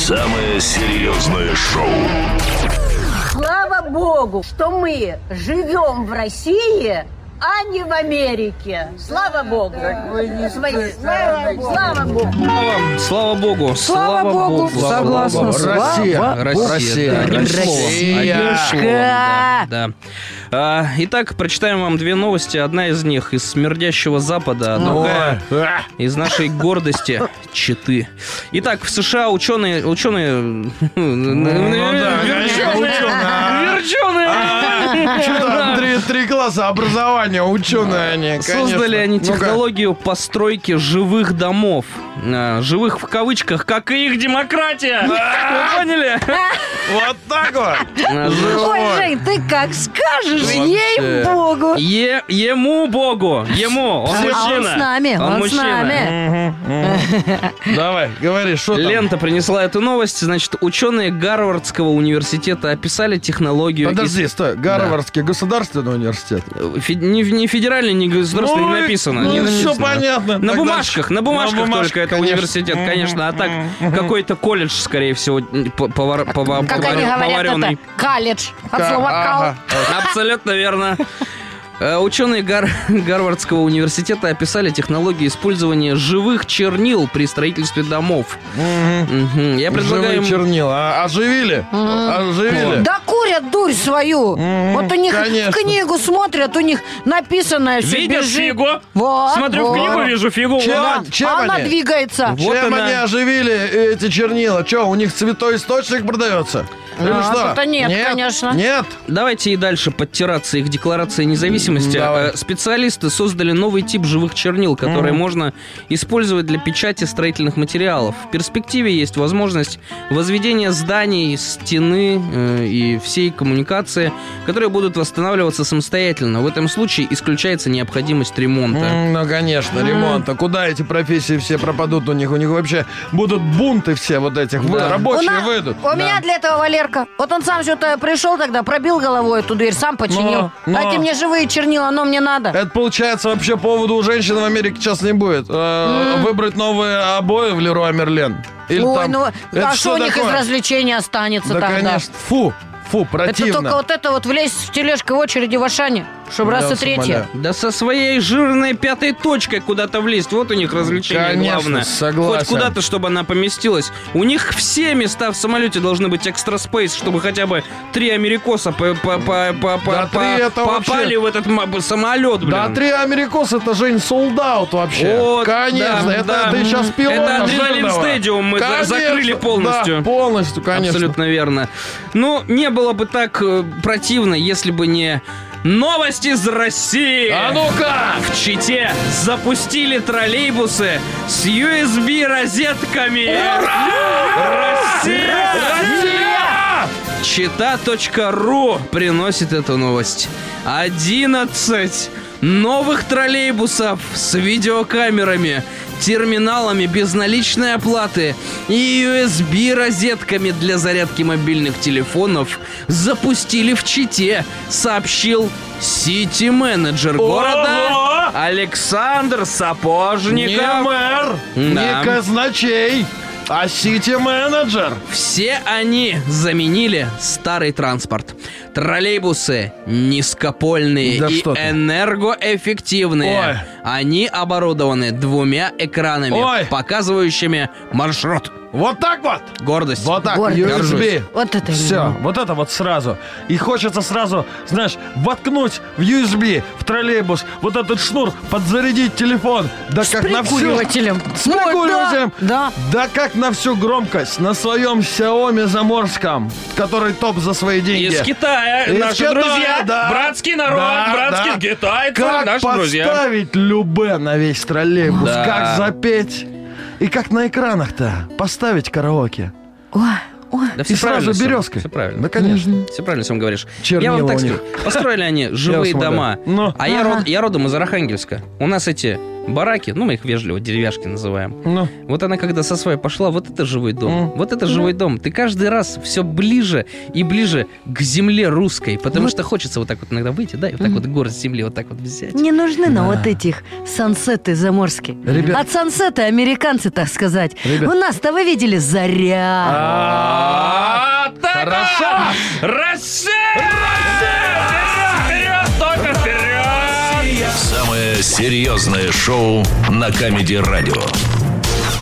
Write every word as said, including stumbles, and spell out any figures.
Самое серьезное шоу. Слава Богу, что мы живем в России, а не в Америке. Слава Богу. Слава Богу. Слава Богу. Слава Богу. Слава Богу. Согласна. Россия. Россия. Одним словом. Одним словом. Да. да. А, итак, прочитаем вам две новости. Одна из них из смердящего Запада, а другая из нашей гордости Читы. Итак, в США ученые... Ученые... Верченые! Три класса образования, ученые они, Создали они технологию постройки живых домов. Живых в кавычках, как и их демократия. Вы поняли? Вот так вот. Ой, Жень, ты как скажешь, ей-богу. Е, ему богу, ему, он мужчина. А он с нами, он, он с нами. Давай, говори, что там? Лента принесла эту новость. Значит, ученые Гарвардского университета описали технологию... Подожди, из... стой, Гарвардский да. государственный университет. Фи- не, не федеральный, не государственный, ну, не написано. Ну, не написано. все понятно. На Тогда бумажках, на бумажках, на бумажках только это конечно. Университет, конечно. А так какой-то колледж, скорее всего, повар, повар, как повар, они говорят, поваренный. это колледж. От слова ага. кал. Абсолютно верно. Ученые Гар... Гарвардского университета описали технологию использования живых чернил при строительстве домов. Угу. Угу. Я предлагаю... Живые чернила. Оживили? Угу. Оживили? Да курят дурь свою. Угу. Вот у них Конечно. в книгу смотрят, у них написано все. Видишь бежит. фигу? Вот, Смотрю вот. в книгу, вижу фигу. Чем, Вот. чем а они? она двигается. Вот Чем она. они оживили эти чернила? Что, у них цветой источник продается? Или А, что? это нет, конечно. Нет? Давайте и дальше подтираться их декларацией независимости. Давай. Специалисты создали новый тип живых чернил, которые mm-hmm. можно использовать для печати строительных материалов. В перспективе есть возможность возведения зданий, стены э, и всей коммуникации, которые будут восстанавливаться самостоятельно. В этом случае исключается необходимость ремонта. Mm, ну, конечно, mm. ремонта. Куда эти профессии все пропадут у них? У них вообще будут бунты все вот этих. Да. Рабочие у на... выйдут. У да. меня для этого, Валерка, вот он сам что-то пришел тогда, пробил головой эту дверь, сам починил. Но, но... Дайте мне живые чернила, но мне надо. Это, получается, вообще повода у женщин в Америке сейчас не будет. Mm. Выбрать новые обои в Леруа Мерлен. Или Ой, там... ну, это а что у них такое? из развлечений останется да, тогда? конечно. Фу, фу, противно. Это только вот это вот влезть в тележку в очереди в Ашане, чтобы Да, раз и третье. Да со своей жирной пятой точкой куда-то влезть. Вот у них развлечение Конечно, главное. согласен. Хоть куда-то, чтобы она поместилась. У них все места в самолете должны быть экстра спейс, чтобы хотя бы три америкоса по- по- по- по- Да по- три это попали вообще... в этот м- самолет, блин. Да, три америкоса, это, Жень, солдаут вообще. Вот, конечно, да, это да. ты сейчас пилот. Это Адреналин Стадиум мы за- закрыли полностью. Да, полностью, конечно. Абсолютно верно. Ну, не было бы так э, противно, если бы не... Новости из России! А ну-ка! В Чите запустили троллейбусы с ю эс би-розетками! Россия! Россия! Чита точка ру приносит эту новость. одиннадцать новых троллейбусов с видеокамерами, терминалами безналичной оплаты и ю эс би-розетками для зарядки мобильных телефонов запустили в Чите, сообщил сити-менеджер города Александр Сапожников. Не мэр, Да. не казначей, а сити-менеджер. Все они заменили старый транспорт. Троллейбусы низкопольные Да и что ты. энергоэффективные. Ой. Они оборудованы двумя экранами, Ой. показывающими маршрут. Вот так вот. Гордость. Вот так, Гордость. ю эс би. Вот это Все, именно. вот это вот сразу. И хочется сразу, знаешь, воткнуть в ю эс би, в троллейбус, вот этот шнур, подзарядить телефон. Да С как на всю... прикуривателем. С прикуривателем. Ой, да, Да как на всю громкость на своем Xiaomi заморском, который топ за свои деньги. Из Китая, Из наши Китая, друзья, да. братский народ, Да, братский да. китайцы, Как наши друзья. подставить любэ на весь троллейбус, Да. как запеть. И как на экранах-то поставить караоке. Ой, ой. Да И все сразу правильно всё, березкой. Все правильно. Да, конечно. Все правильно всем говоришь. Чернила Я вам так у них. скажу. Построили они живые смотрю. дома. Ну. А я, Ага. род- я родом из Архангельска. У нас эти бараки, ну, мы их вежливо деревяшки называем. Ну. Вот она когда со своей пошла, вот это живой дом. Mm. Вот это живой дом. Ты каждый раз все ближе и ближе к земле русской, потому Вот. что хочется вот так вот иногда выйти, да, и вот так вот горсть земли вот так вот взять. Не нужны нам вот этих сансеты заморские. Ребят. От сансета американцы, так сказать. Ребят. У нас-то, вы видели, заря. А, Хорошо! Россия! Вперед, только вперед! Самое серьезное шоу на Камеди Радио.